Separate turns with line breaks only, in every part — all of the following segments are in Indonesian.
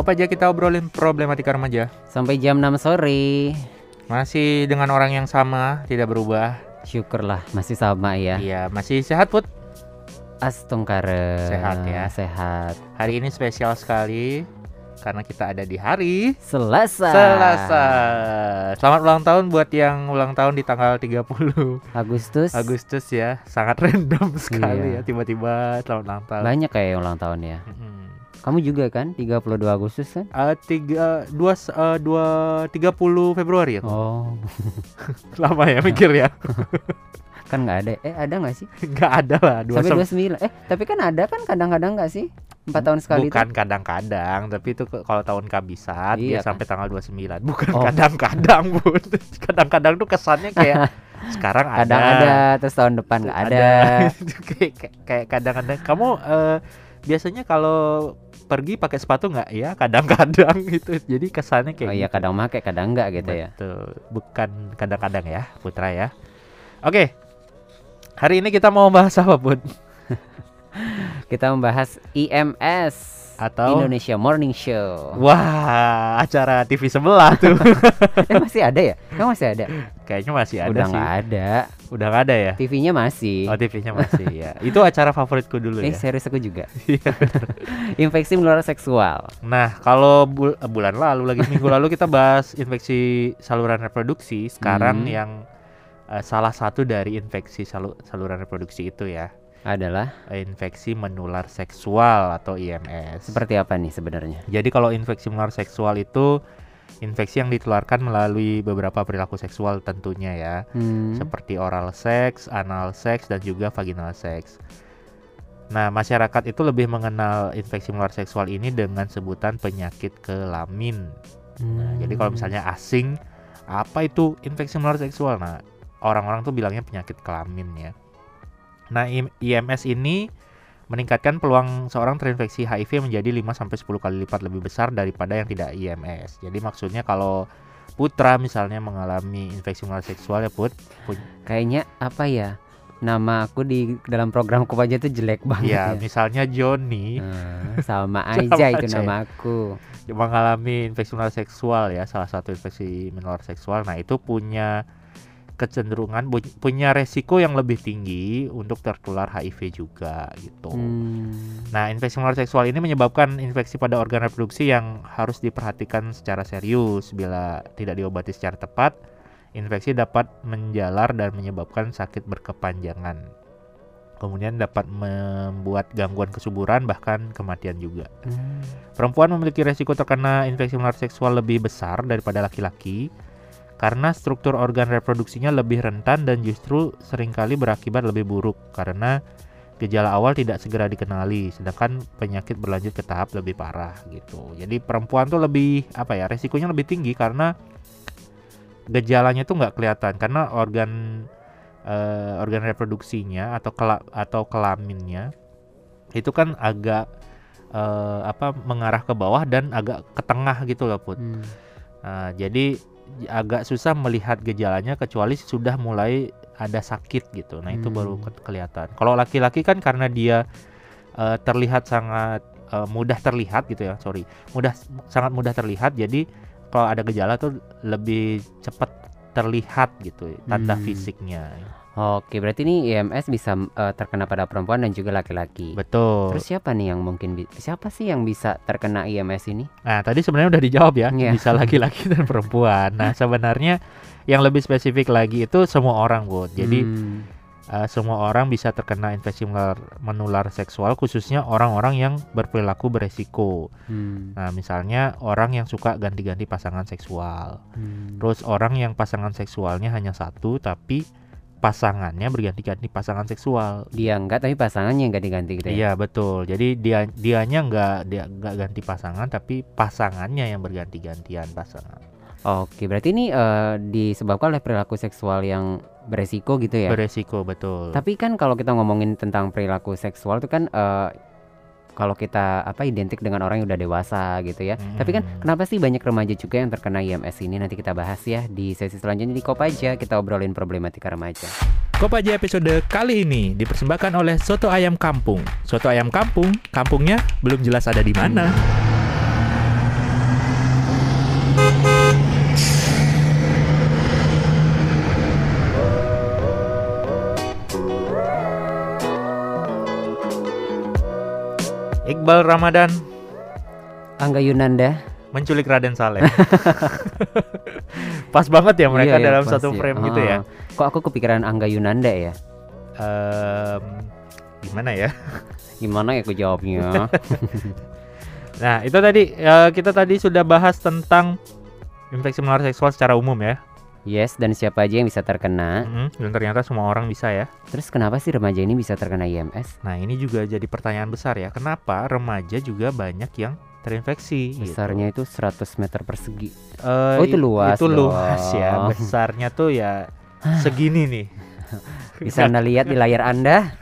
Apa aja kita obrolin problematika remaja.
Sampai jam 6 sore.
Masih dengan orang yang sama, tidak berubah.
Syukurlah masih sama ya.
Iya, masih sehat Put?
Astungkare.
Sehat ya.
Sehat.
Hari ini spesial sekali karena kita ada di hari
Selasa.
Selamat ulang tahun buat yang ulang tahun di tanggal 30 Agustus ya. Sangat random sekali ya, tiba-tiba selamat ulang tahun.
Banyak kayak yang ulang tahun ya. Kamu juga kan 32 Agustus kan?
30 Februari ya.
Oh.
Lama ya mikir ya.
Kan nggak ada. Ada nggak sih?
Nggak ada lah.
Sampai 29. Tapi kan ada kan kadang-kadang nggak sih? 4 tahun sekali.
Bukan
itu?
Kadang-kadang, tapi itu kalau tahun kabisat dia
kan?
sampai tanggal 29. Bukan kadang-kadang, Bun. Kadang-kadang tuh kesannya kayak sekarang
kadang ada, terus tahun depan nggak ada.
kayak kadang-kadang. Kamu biasanya kalau pergi pakai sepatu nggak ya? Kadang-kadang gitu. Jadi kesannya kayak
iya, kadang pakai kadang enggak gitu. Betul.
Ya. Bukan kadang-kadang ya, Putra ya. Oke. Hari ini kita mau bahas apa, Bun?
Kita membahas IMS
atau
Indonesia Morning Show.
Wah, acara TV sebelah tuh.
Masih ada ya? Kan masih ada?
Kayaknya masih ada.
Udah
sih.
Nggak ada.
Udah nggak ada ya?
TV-nya masih.
Oh, TV-nya masih ya. Itu acara favoritku dulu ya.
Serius aku juga. Infeksi menular seksual.
Nah, kalau bulan lalu minggu lalu kita bahas infeksi saluran reproduksi. Sekarang yang salah satu dari infeksi saluran reproduksi itu ya
adalah
infeksi menular seksual atau IMS.
Seperti apa nih sebenarnya?
Jadi kalau infeksi menular seksual itu infeksi yang ditularkan melalui beberapa perilaku seksual tentunya ya. Seperti oral seks, anal seks, dan juga vaginal seks. Nah, masyarakat itu lebih mengenal infeksi menular seksual ini dengan sebutan penyakit kelamin. Nah, jadi kalau misalnya asing, apa itu infeksi menular seksual? Nah, orang-orang tuh bilangnya penyakit kelamin ya. Nah, IMS ini meningkatkan peluang seorang terinfeksi HIV menjadi 5-10 kali lipat lebih besar daripada yang tidak IMS. Jadi maksudnya kalau Putra misalnya mengalami infeksi menular seksual ya Put.
Kayaknya apa ya? Nama aku di dalam program Kopaja itu jelek banget ya.
Misalnya Joni.
Sama aja itu nama aku.
Mengalami infeksi menular seksual ya, salah satu infeksi menular seksual. Nah, itu punya kecenderungan punya resiko yang lebih tinggi untuk tertular HIV juga gitu. Nah, infeksi menular seksual ini menyebabkan infeksi pada organ reproduksi yang harus diperhatikan secara serius. Bila tidak diobati secara tepat, infeksi dapat menjalar dan menyebabkan sakit berkepanjangan. Kemudian dapat membuat gangguan kesuburan bahkan kematian juga. Perempuan memiliki resiko terkena infeksi menular seksual lebih besar daripada laki-laki karena struktur organ reproduksinya lebih rentan dan justru seringkali berakibat lebih buruk karena gejala awal tidak segera dikenali, sedangkan penyakit berlanjut ke tahap lebih parah gitu. Jadi perempuan tuh lebih resikonya lebih tinggi karena gejalanya tuh nggak kelihatan karena organ reproduksinya atau kelaminnya itu kan agak mengarah ke bawah dan agak ke tengah gitu loh Put. Nah, jadi agak susah melihat gejalanya kecuali sudah mulai ada sakit gitu. Nah, itu baru kelihatan. Kalau laki-laki kan karena dia terlihat sangat mudah terlihat gitu ya. Sangat mudah terlihat. Jadi kalau ada gejala tuh lebih cepat terlihat gitu tanda fisiknya.
Oke, berarti ini IMS bisa terkena pada perempuan dan juga laki-laki.
Betul.
Terus siapa sih yang bisa terkena IMS ini?
Nah, tadi sebenarnya udah dijawab ya, bisa laki-laki dan perempuan. Nah, sebenarnya yang lebih spesifik lagi itu semua orang, Bu. Jadi semua orang bisa terkena infeksi menular seksual, khususnya orang-orang yang berperilaku beresiko. Nah, misalnya orang yang suka ganti-ganti pasangan seksual. Terus orang yang pasangan seksualnya hanya satu tapi pasangannya berganti-ganti pasangan seksual.
Dia enggak, tapi pasangannya yang ganti-ganti gitu ya.
Iya, betul. Jadi dianya enggak ganti pasangan, tapi pasangannya yang berganti-gantian pasangan.
Oke, berarti ini disebabkan oleh perilaku seksual yang beresiko gitu ya.
Beresiko, betul.
Tapi kan kalau kita ngomongin tentang perilaku seksual itu kan kalau kita identik dengan orang yang udah dewasa gitu ya. Tapi kan kenapa sih banyak remaja juga yang terkena IMS ini? Nanti kita bahas ya di sesi selanjutnya di Kopaja. Kita obrolin problematika remaja.
Kopaja episode kali ini dipersembahkan oleh Soto Ayam Kampung. Soto Ayam Kampung, kampungnya belum jelas ada di mana. Iqbal Ramadan
Angga Yunanda
menculik Raden Saleh. Pas banget ya mereka
Iya,
dalam
pas
satu
ya.
frame gitu ya.
Kok aku kepikiran Angga Yunanda ya?
Gimana ya?
Gimana ya aku jawabnya?
Nah itu tadi kita tadi sudah bahas tentang infeksi menular seksual secara umum ya.
Yes, dan siapa aja yang bisa terkena.
Dan ternyata semua orang bisa ya.
Terus kenapa sih remaja ini bisa terkena IMS?
Nah ini juga jadi pertanyaan besar ya. Kenapa remaja juga banyak yang terinfeksi?
Besarnya
gitu.
itu 100 meter persegi.
Itu
luas
Itu
dong.
luas ya. Besarnya tuh ya segini nih.
Bisa Anda lihat di layar Anda.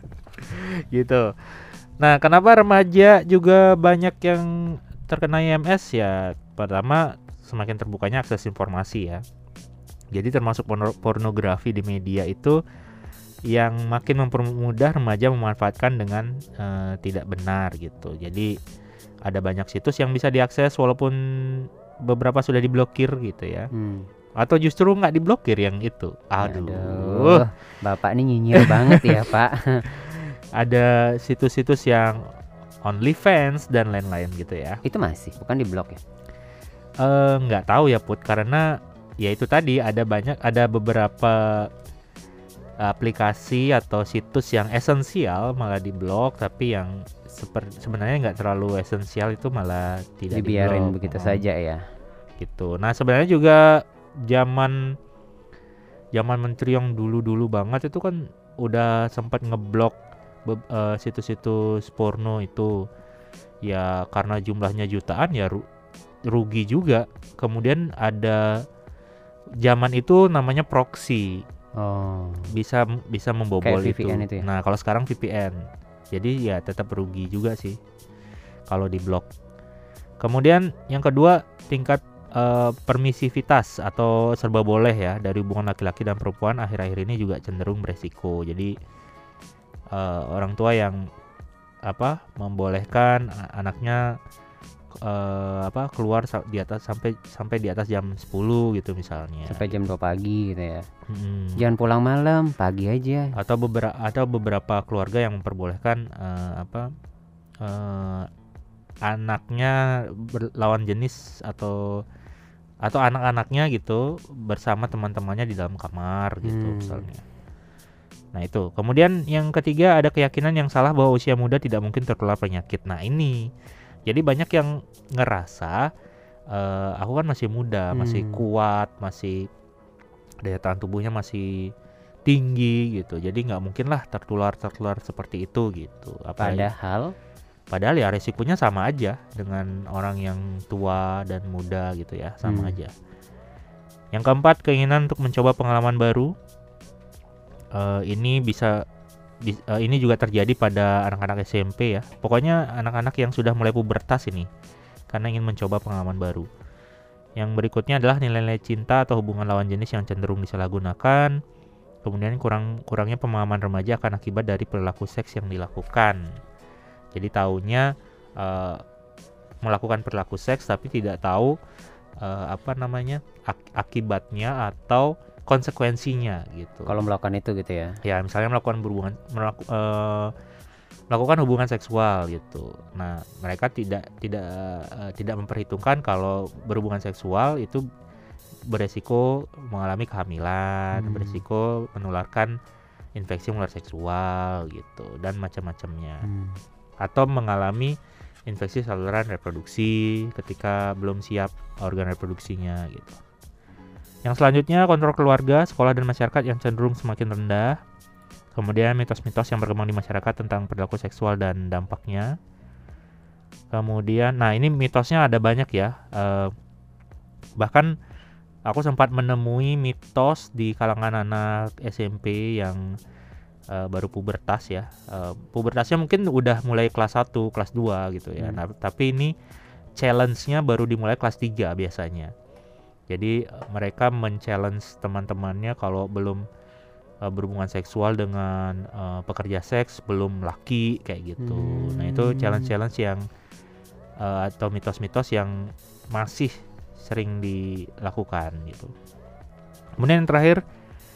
Gitu. Nah, kenapa remaja juga banyak yang terkena IMS ya? Pertama, semakin terbukanya akses informasi ya. Jadi termasuk pornografi di media itu yang makin mempermudah remaja memanfaatkan dengan tidak benar gitu. Jadi ada banyak situs yang bisa diakses walaupun beberapa sudah diblokir gitu ya. Atau justru nggak diblokir yang itu. Aduh.
Bapak ini nyinyir banget ya Pak.
Ada situs-situs yang OnlyFans dan lain-lain gitu ya.
Itu masih, bukan di blok ya?
Nggak tahu ya Put, karena ya itu tadi ada beberapa aplikasi atau situs yang esensial malah diblok, tapi yang sebenarnya nggak terlalu esensial itu malah tidak
dibiarin
diblok.
begitu saja ya.
Gitu. Nah sebenarnya juga zaman menteri yang dulu banget itu kan udah sempat ngeblok situs-situs porno itu ya, karena jumlahnya jutaan ya rugi juga. Kemudian ada zaman itu namanya proxy, bisa membobol
kayak VPN
itu
ya?
Nah kalau sekarang VPN, jadi ya tetap rugi juga sih kalau diblok. Kemudian yang kedua, tingkat permisivitas atau serba boleh ya dari hubungan laki-laki dan perempuan akhir-akhir ini juga cenderung beresiko. Jadi orang tua yang membolehkan anaknya keluar di atas sampai di atas jam 10 gitu misalnya.
Sampai jam 2 pagi gitu ya. Jangan pulang malam, pagi aja.
Atau beberapa keluarga yang memperbolehkan anaknya berlawan jenis atau anak-anaknya gitu bersama teman-temannya di dalam kamar gitu misalnya. Nah itu. Kemudian yang ketiga, ada keyakinan yang salah bahwa usia muda tidak mungkin tertular penyakit. Nah ini, jadi banyak yang ngerasa aku kan masih muda, masih kuat, masih daya tahan tubuhnya masih tinggi gitu. Jadi nggak mungkin lah tertular seperti itu gitu. Padahal ya resikonya sama aja dengan orang yang tua dan muda gitu ya, sama aja. Yang keempat, keinginan untuk mencoba pengalaman baru. Ini ini juga terjadi pada anak-anak SMP ya. Pokoknya anak-anak yang sudah mulai pubertas ini, karena ingin mencoba pengalaman baru. Yang berikutnya adalah nilai-nilai cinta atau hubungan lawan jenis yang cenderung disalahgunakan. Kemudian kurangnya pemahaman remaja akan akibat dari perilaku seks yang dilakukan. Jadi taunya melakukan perilaku seks tapi tidak tahu akibatnya atau konsekuensinya gitu.
Kalau melakukan itu gitu ya.
Ya, misalnya melakukan hubungan seksual gitu. Nah, mereka tidak memperhitungkan kalau berhubungan seksual itu beresiko mengalami kehamilan, beresiko menularkan infeksi menular seksual gitu dan macam-macamnya. Atau mengalami infeksi saluran reproduksi ketika belum siap organ reproduksinya gitu. Yang selanjutnya, kontrol keluarga, sekolah, dan masyarakat yang cenderung semakin rendah. Kemudian mitos-mitos yang berkembang di masyarakat tentang perilaku seksual dan dampaknya. Kemudian, nah ini mitosnya ada banyak ya. Bahkan aku sempat menemui mitos di kalangan anak SMP yang baru pubertas ya. Pubertasnya mungkin udah mulai kelas 1, kelas 2 gitu ya. Nah, tapi ini challenge-nya baru dimulai kelas 3 biasanya. Jadi mereka men-challenge teman-temannya kalau belum berhubungan seksual dengan pekerja seks, belum laki kayak gitu. Nah itu challenge-challenge yang atau mitos-mitos yang masih sering dilakukan gitu. Kemudian yang terakhir,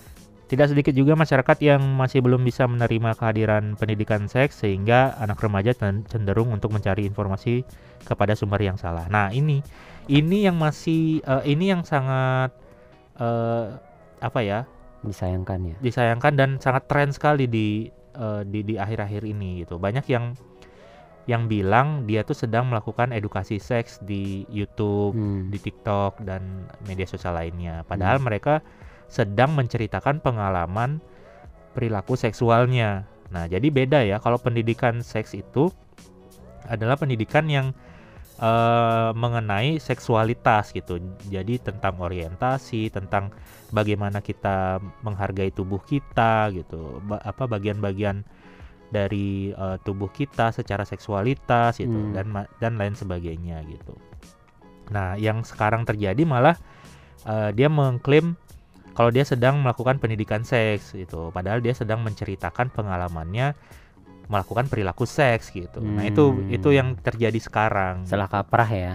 Tidak sedikit juga masyarakat yang masih belum bisa menerima kehadiran pendidikan seks sehingga anak remaja cenderung untuk mencari informasi kepada sumber yang salah. Nah, ini yang masih ini yang sangat apa ya?
Disayangkan ya.
Disayangkan dan sangat tren sekali di akhir-akhir ini gitu. Banyak yang bilang dia tuh sedang melakukan edukasi seks di YouTube, di TikTok dan media sosial lainnya. Padahal mereka sedang menceritakan pengalaman perilaku seksualnya. Nah, jadi beda ya, kalau pendidikan seks itu adalah pendidikan yang mengenai seksualitas gitu. Jadi tentang orientasi, tentang bagaimana kita menghargai tubuh kita gitu. Bagian-bagian dari tubuh kita secara seksualitas gitu dan lain sebagainya gitu. Nah, yang sekarang terjadi malah dia mengklaim kalau dia sedang melakukan pendidikan seks gitu, padahal dia sedang menceritakan pengalamannya melakukan perilaku seks gitu. Nah, itu yang terjadi sekarang.
Salah kaprah ya.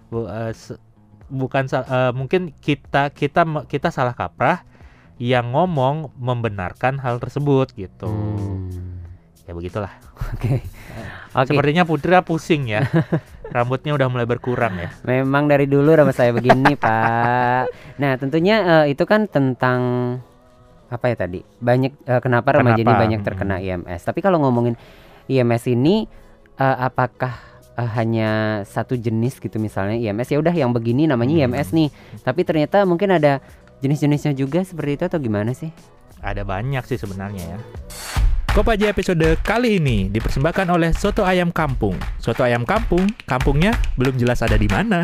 Mungkin kita salah kaprah yang ngomong membenarkan hal tersebut gitu. Ya begitulah.
Oke.
Sepertinya Putra pusing ya. Rambutnya udah mulai berkurang ya.
Memang dari dulu rambut saya begini, Pak. Nah, tentunya itu kan tentang apa ya tadi? Kenapa remaja ini banyak terkena IMS. Tapi kalau ngomongin IMS ini apakah hanya satu jenis gitu, misalnya IMS ya udah yang begini namanya IMS nih. Tapi ternyata mungkin ada jenis-jenisnya juga seperti itu atau gimana sih?
Ada banyak sih sebenarnya ya. Kopaja episode kali ini dipersembahkan oleh Soto Ayam Kampung. Soto Ayam Kampung, kampungnya belum jelas ada di mana.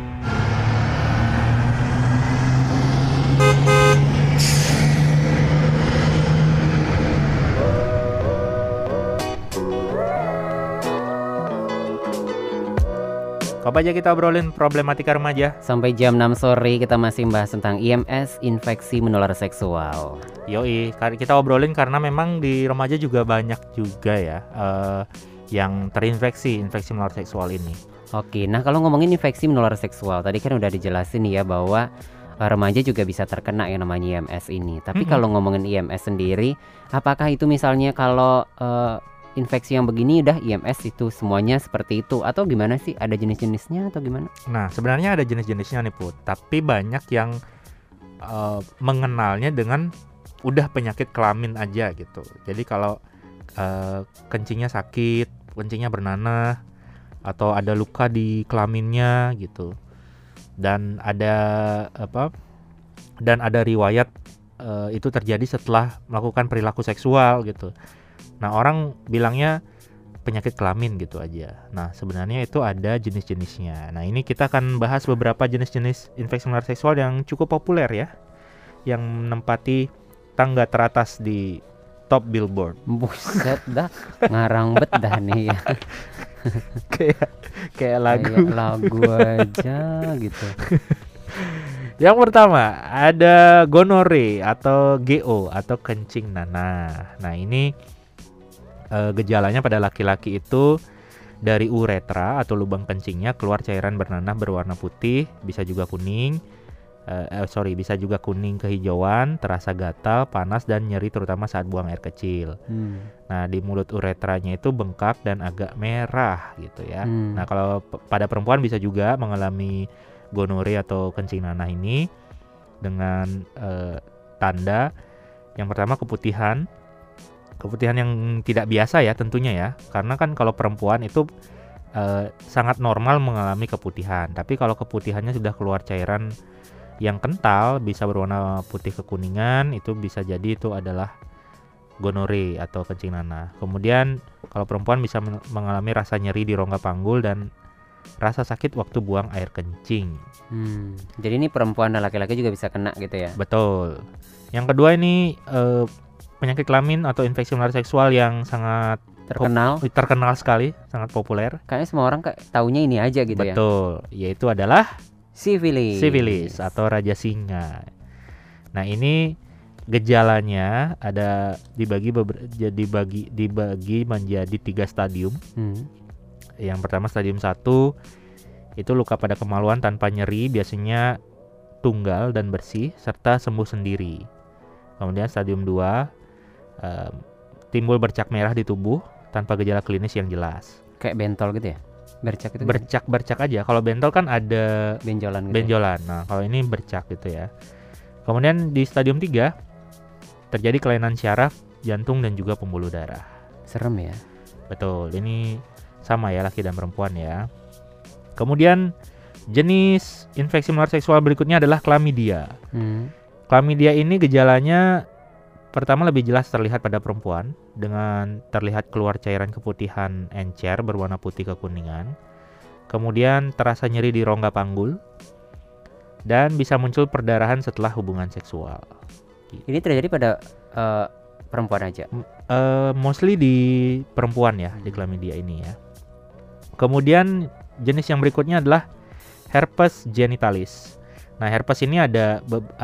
Kopaja kita obrolin problematika remaja.
Sampai jam 6 sore kita masih membahas tentang IMS, infeksi menular seksual.
Yoi, kita obrolin karena memang di remaja juga banyak juga ya yang terinfeksi infeksi menular seksual ini.
Oke, nah kalau ngomongin infeksi menular seksual, tadi kan udah dijelasin ya bahwa remaja juga bisa terkena yang namanya IMS ini. Tapi kalau ngomongin IMS sendiri, apakah itu misalnya kalau infeksi yang begini udah IMS itu semuanya seperti itu atau gimana sih? Ada jenis-jenisnya atau gimana?
Nah, sebenarnya ada jenis-jenisnya nih Put, tapi banyak yang mengenalnya dengan udah penyakit kelamin aja gitu. Jadi kalau kencingnya sakit, kencingnya bernanah, atau ada luka di kelaminnya gitu, dan ada riwayat itu terjadi setelah melakukan perilaku seksual gitu. Nah, orang bilangnya penyakit kelamin gitu aja. Nah, sebenarnya itu ada jenis-jenisnya. Nah, ini kita akan bahas beberapa jenis-jenis infeksi menular seksual yang cukup populer ya, yang menempati tangga teratas di top Billboard.
Buset dah, ngarang bet dah nih ya.
kayak lagu.
Kayak lagu aja gitu.
Yang pertama ada gonore atau GO atau kencing nanah. Nah, ini gejalanya pada laki-laki itu dari uretra atau lubang kencingnya keluar cairan bernanah berwarna putih, bisa juga kuning. Bisa juga kuning kehijauan, terasa gatal, panas dan nyeri terutama saat buang air kecil. Nah, di mulut uretranya itu bengkak dan agak merah gitu ya. Nah, kalau pada perempuan bisa juga mengalami gonore atau kencing nanah ini dengan tanda yang pertama keputihan yang tidak biasa ya tentunya ya, karena kan kalau perempuan itu sangat normal mengalami keputihan, tapi kalau keputihannya sudah keluar cairan yang kental bisa berwarna putih kekuningan, itu bisa jadi itu adalah gonore atau kencing nanah. Kemudian kalau perempuan bisa mengalami rasa nyeri di rongga panggul dan rasa sakit waktu buang air kencing.
Jadi ini perempuan dan laki-laki juga bisa kena gitu ya?
Betul. Yang kedua ini penyakit kelamin atau infeksi menular seksual yang sangat terkenal sekali, sangat populer.
Kayaknya semua orang taunya ini aja gitu.
Ya. Betul, yaitu adalah sifilis atau raja singa. Nah, ini gejalanya ada dibagi menjadi 3 stadium. Yang pertama stadium 1 itu luka pada kemaluan tanpa nyeri, biasanya tunggal dan bersih serta sembuh sendiri. Kemudian stadium 2 timbul bercak merah di tubuh tanpa gejala klinis yang jelas.
Kayak bentol gitu ya? Bercak itu
Bercak aja. Kalau bentol kan ada
benjolan gitu.
benjolan. Nah, kalau ini bercak gitu ya. Kemudian di stadium 3 terjadi kelainan syaraf, jantung dan juga pembuluh darah.
Serem ya.
Betul. Ini sama ya laki dan perempuan ya. Kemudian jenis infeksi menular seksual berikutnya adalah chlamydia. Chlamydia ini gejalanya pertama lebih jelas terlihat pada perempuan dengan terlihat keluar cairan keputihan encer berwarna putih kekuningan. Kemudian terasa nyeri di rongga panggul dan bisa muncul perdarahan setelah hubungan seksual.
Ini terjadi pada perempuan aja.
Mostly di perempuan ya, di chlamydia ini ya. Kemudian jenis yang berikutnya adalah herpes genitalis. Nah, herpes ini ada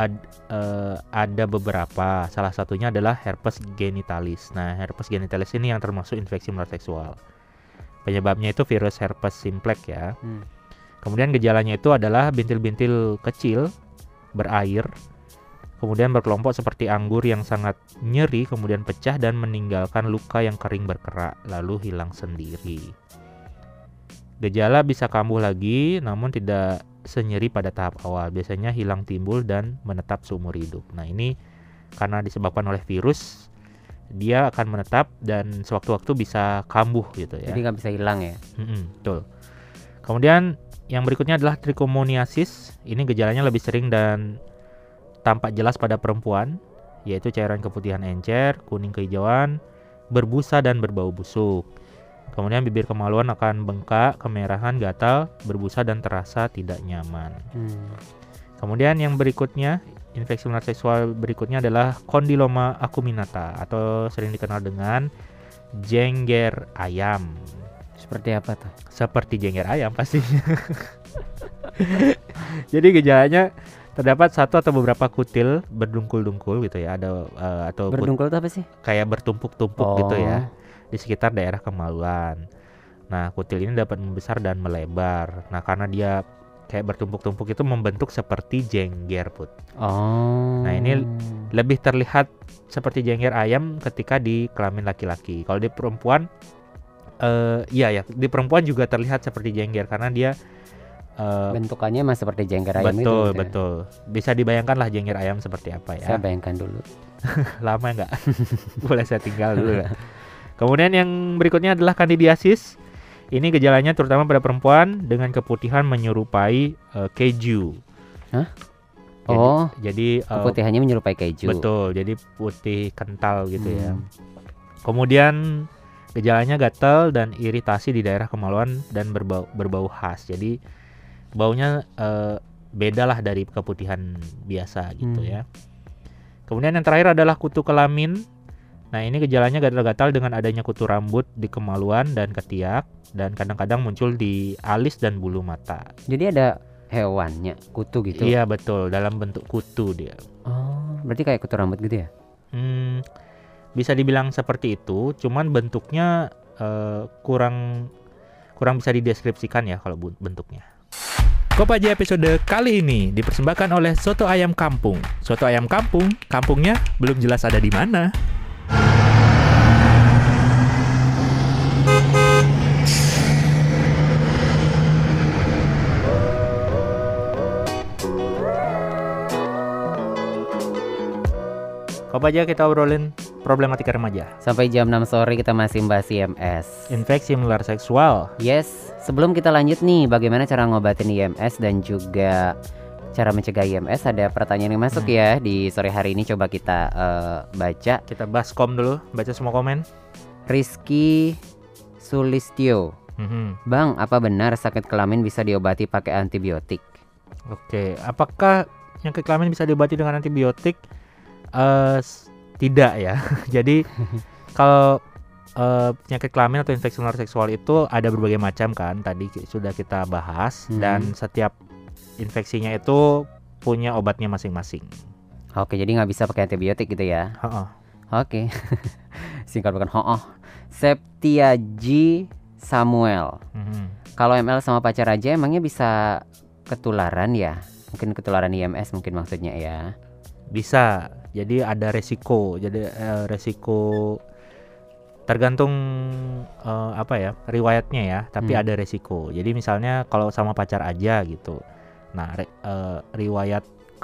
beberapa. Salah satunya adalah herpes genitalis. Nah, herpes genitalis ini yang termasuk infeksi menular seksual. Penyebabnya itu virus herpes simplex ya. Kemudian gejalanya itu adalah bintil-bintil kecil berair, kemudian berkelompok seperti anggur yang sangat nyeri, kemudian pecah dan meninggalkan luka yang kering berkerak, lalu hilang sendiri. Gejala bisa kambuh lagi, namun tidak senyeri pada tahap awal. Biasanya hilang timbul dan menetap seumur hidup. Nah, ini karena disebabkan oleh virus, dia akan menetap dan sewaktu-waktu bisa kambuh gitu ya.
Jadi nggak bisa hilang ya.
Betul. Kemudian yang berikutnya adalah trichomoniasis. Ini gejalanya lebih sering dan tampak jelas pada perempuan, yaitu cairan keputihan encer, kuning kehijauan, berbusa dan berbau busuk. Kemudian bibir kemaluan akan bengkak, kemerahan, gatal, berbusa dan terasa tidak nyaman. Kemudian yang berikutnya, infeksi menular seksual berikutnya adalah kondiloma acuminata atau sering dikenal dengan jengger ayam.
Seperti apa tuh?
Seperti jengger ayam pastinya. Jadi gejalanya terdapat satu atau beberapa kutil berdungkul-dungkul gitu ya, atau
berdungkul itu apa sih?
Kayak bertumpuk-tumpuk gitu ya di sekitar daerah kemaluan. Nah, kutil ini dapat membesar dan melebar. Nah, karena dia kayak bertumpuk-tumpuk itu membentuk seperti jengger, Put. Nah, ini lebih terlihat seperti jengger ayam ketika di kelamin laki-laki. Kalau di perempuan di perempuan juga terlihat seperti jengger karena dia
bentukannya emang seperti jengger ayam itu.
Betul. Bisa dibayangkan lah jengger ayam seperti apa ya.
Saya bayangkan dulu.
Lama nggak? Boleh saya tinggal dulu nggak? Kemudian yang berikutnya adalah kandidiasis. Ini gejalanya terutama pada perempuan dengan keputihan menyerupai keju.
Hah?
Jadi
keputihannya menyerupai keju.
Betul, jadi putih kental gitu ya. Kemudian gejalanya gatal dan iritasi di daerah kemaluan dan berbau khas. Jadi baunya beda lah dari keputihan biasa gitu ya. Kemudian yang terakhir adalah kutu kelamin. Nah, ini gejalanya gatal-gatal dengan adanya kutu rambut di kemaluan dan ketiak dan kadang-kadang muncul di alis dan bulu mata.
Jadi ada hewannya, kutu gitu?
Iya, betul, dalam bentuk kutu dia.
Berarti kayak kutu rambut gitu ya?
Bisa dibilang seperti itu, cuman bentuknya kurang bisa dideskripsikan ya kalau bentuknya. Kopaja episode kali ini dipersembahkan oleh Soto Ayam Kampung. Soto Ayam Kampung, kampungnya belum jelas ada di mana. Kopaja, kita obrolin problematika remaja.
Sampai jam 6 sore kita masih membahas IMS,
infeksi menular seksual.
Yes, sebelum kita lanjut nih, bagaimana cara ngobatin IMS dan juga cara mencegah IMS, ada pertanyaan yang masuk ya di sore hari ini. Coba kita baca.
Kita baskom dulu, baca semua komen.
Rizky Sulistyo. Bang, apa benar sakit kelamin bisa diobati pakai antibiotik?
Oke, apakah penyakit kelamin bisa diobati dengan antibiotik? Tidak ya. Jadi kalau penyakit kelamin atau infeksi menular seksual itu ada berbagai macam kan. Tadi sudah kita bahas dan setiap infeksinya itu punya obatnya masing-masing.
Oke, jadi nggak bisa pakai antibiotik gitu ya? Oke. Singkat bukan Septiaji Samuel. Kalau ML sama pacar aja emangnya bisa ketularan ya? Mungkin ketularan IMS mungkin maksudnya ya.
Bisa. Jadi ada resiko. Jadi resiko tergantung riwayatnya ya, tapi ada resiko. Jadi misalnya kalau sama pacar aja gitu. Nah, riwayat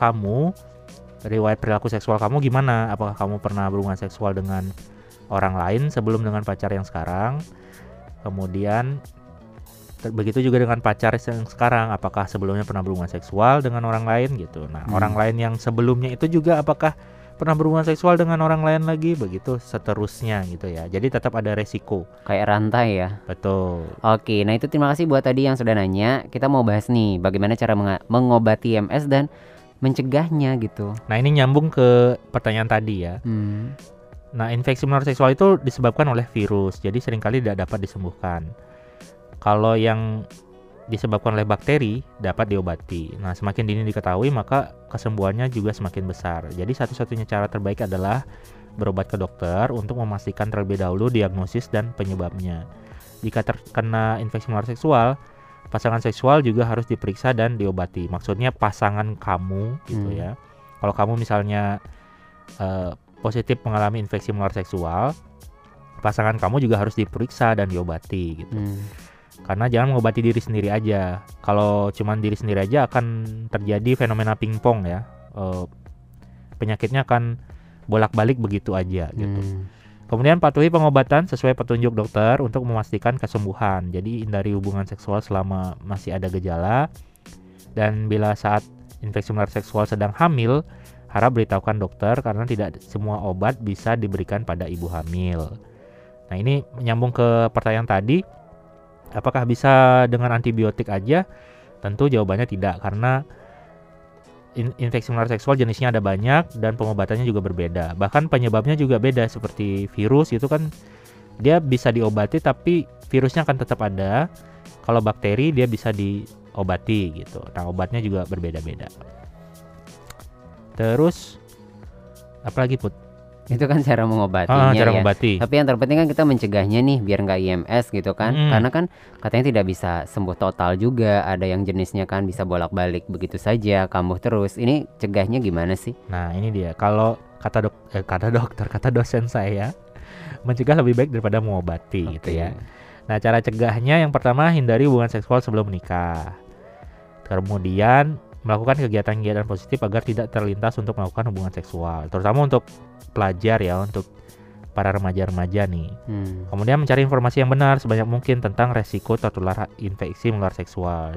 perilaku seksual kamu gimana? Apakah kamu pernah berhubungan seksual dengan orang lain sebelum dengan pacar yang sekarang? Kemudian begitu juga dengan pacar yang sekarang, apakah sebelumnya pernah berhubungan seksual dengan orang lain gitu. Nah, orang lain yang sebelumnya itu juga apakah pernah berhubungan seksual dengan orang lain lagi, begitu seterusnya gitu ya. Jadi tetap ada resiko.
Kayak rantai ya.
Betul.
Oke, nah itu terima kasih buat tadi yang sudah nanya. Kita mau bahas nih bagaimana cara mengobati IMS dan mencegahnya gitu.
Nah, ini nyambung ke pertanyaan tadi ya. Nah, infeksi menular seksual itu disebabkan oleh virus, jadi seringkali tidak dapat disembuhkan. Kalau yang disebabkan oleh bakteri dapat diobati. Nah, semakin dini diketahui maka kesembuhannya juga semakin besar. Jadi satu-satunya cara terbaik adalah berobat ke dokter untuk memastikan terlebih dahulu diagnosis dan penyebabnya. Jika terkena infeksi menular seksual, pasangan seksual juga harus diperiksa dan diobati. Maksudnya pasangan kamu gitu ya. Kalau kamu misalnya positif mengalami infeksi menular seksual, pasangan kamu juga harus diperiksa dan diobati gitu. Karena jangan mengobati diri sendiri aja. Kalau cuman diri sendiri aja akan terjadi fenomena pingpong ya. Penyakitnya akan bolak-balik begitu aja gitu. Kemudian patuhi pengobatan sesuai petunjuk dokter untuk memastikan kesembuhan. Jadi hindari hubungan seksual selama masih ada gejala. Dan bila saat infeksi menular seksual sedang hamil, harap beritahukan dokter karena tidak semua obat bisa diberikan pada ibu hamil. Nah, ini menyambung ke pertanyaan tadi. Apakah bisa dengan antibiotik aja? Tentu jawabannya tidak, karena infeksi menular seksual jenisnya ada banyak dan pengobatannya juga berbeda. Bahkan penyebabnya juga beda, seperti virus itu kan dia bisa diobati tapi virusnya akan tetap ada. Kalau bakteri dia bisa diobati gitu. Nah, obatnya juga berbeda-beda. Terus apa lagi, Put?
Itu kan cara mengobatinya
cara
ya.
mengobati.
Tapi yang terpenting kan kita mencegahnya nih biar nggak IMS gitu kan. Karena kan katanya tidak bisa sembuh total juga. Ada yang jenisnya kan bisa bolak-balik begitu saja, kambuh terus. Ini cegahnya gimana sih?
Nah, ini dia. Kalau kata dosen saya, mencegah lebih baik daripada mengobati gitu ya. Nah, cara cegahnya yang pertama, hindari hubungan seksual sebelum menikah. Kemudian melakukan kegiatan-kegiatan positif agar tidak terlintas untuk melakukan hubungan seksual, terutama untuk pelajar ya, untuk para remaja-remaja nih. Kemudian mencari informasi yang benar sebanyak mungkin tentang resiko tertular infeksi menular seksual.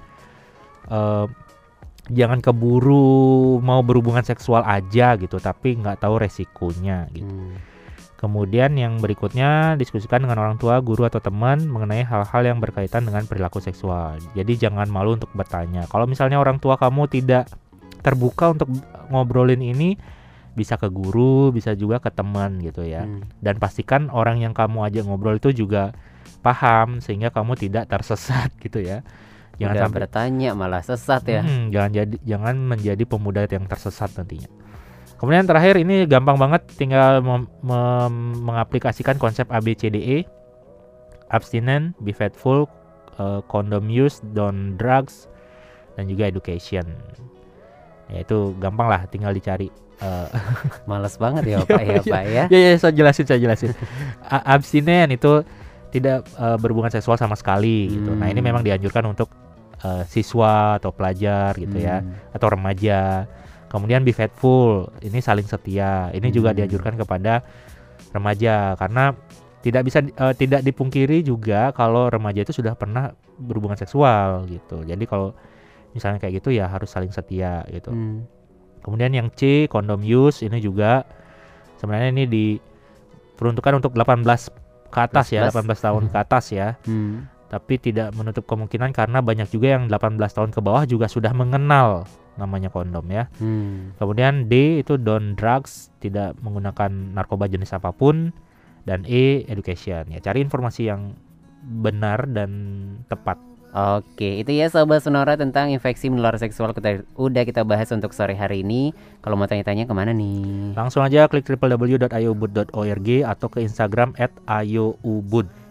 Jangan keburu mau berhubungan seksual aja gitu, tapi nggak tahu resikonya gitu. Kemudian yang berikutnya, diskusikan dengan orang tua, guru atau teman mengenai hal-hal yang berkaitan dengan perilaku seksual. Jadi jangan malu untuk bertanya. Kalau misalnya orang tua kamu tidak terbuka untuk ngobrolin ini, bisa ke guru, bisa juga ke teman gitu ya. Dan pastikan orang yang kamu ajak ngobrol itu juga paham sehingga kamu tidak tersesat gitu ya.
Jangan sampai bertanya malah sesat ya.
Jangan menjadi pemuda yang tersesat nantinya. Kemudian terakhir, ini gampang banget, tinggal mengaplikasikan konsep ABCDE: abstinent, be faithful, condom use, don't drugs, dan juga education. Ya itu gampang lah, tinggal dicari.
Males banget ya Pak ya.
Ya, saya jelasin. Abstinent itu tidak berhubungan seksual sama sekali gitu. Nah, ini memang dianjurkan untuk siswa atau pelajar gitu ya, atau remaja. Kemudian be faithful, ini saling setia. Ini juga dianjurkan kepada remaja karena tidak dipungkiri juga kalau remaja itu sudah pernah berhubungan seksual gitu. Jadi kalau misalnya kayak gitu ya harus saling setia gitu. Kemudian yang C, condom use, ini juga sebenarnya ini diperuntukkan untuk 18 ke atas ya, 18 tahun ke atas ya. Tapi tidak menutup kemungkinan karena banyak juga yang 18 tahun ke bawah juga sudah mengenal namanya kondom ya. Kemudian D itu don't drugs, tidak menggunakan narkoba jenis apapun. Dan E, education ya, cari informasi yang benar dan tepat.
Oke, itu ya Sobat Sonora tentang infeksi menular seksual udah kita bahas untuk sore hari ini. Kalau mau tanya-tanya kemana nih?
Langsung aja klik www.ayoubud.org atau ke Instagram @ayoubud.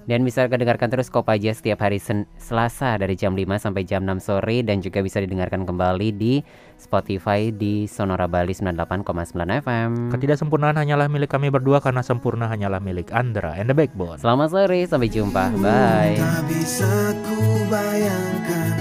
Dan bisa kedengarkan terus Kopaja setiap hari Selasa dari jam 5 sampai jam 6 sore. Dan juga bisa didengarkan kembali di Spotify di Sonora Bali 98,9 FM.
Ketidaksempurnaan hanyalah milik kami berdua, karena sempurna hanyalah milik Andra and the Backbone.
Selamat sore, sampai jumpa. Bye.
Tak bisa ku bayangkan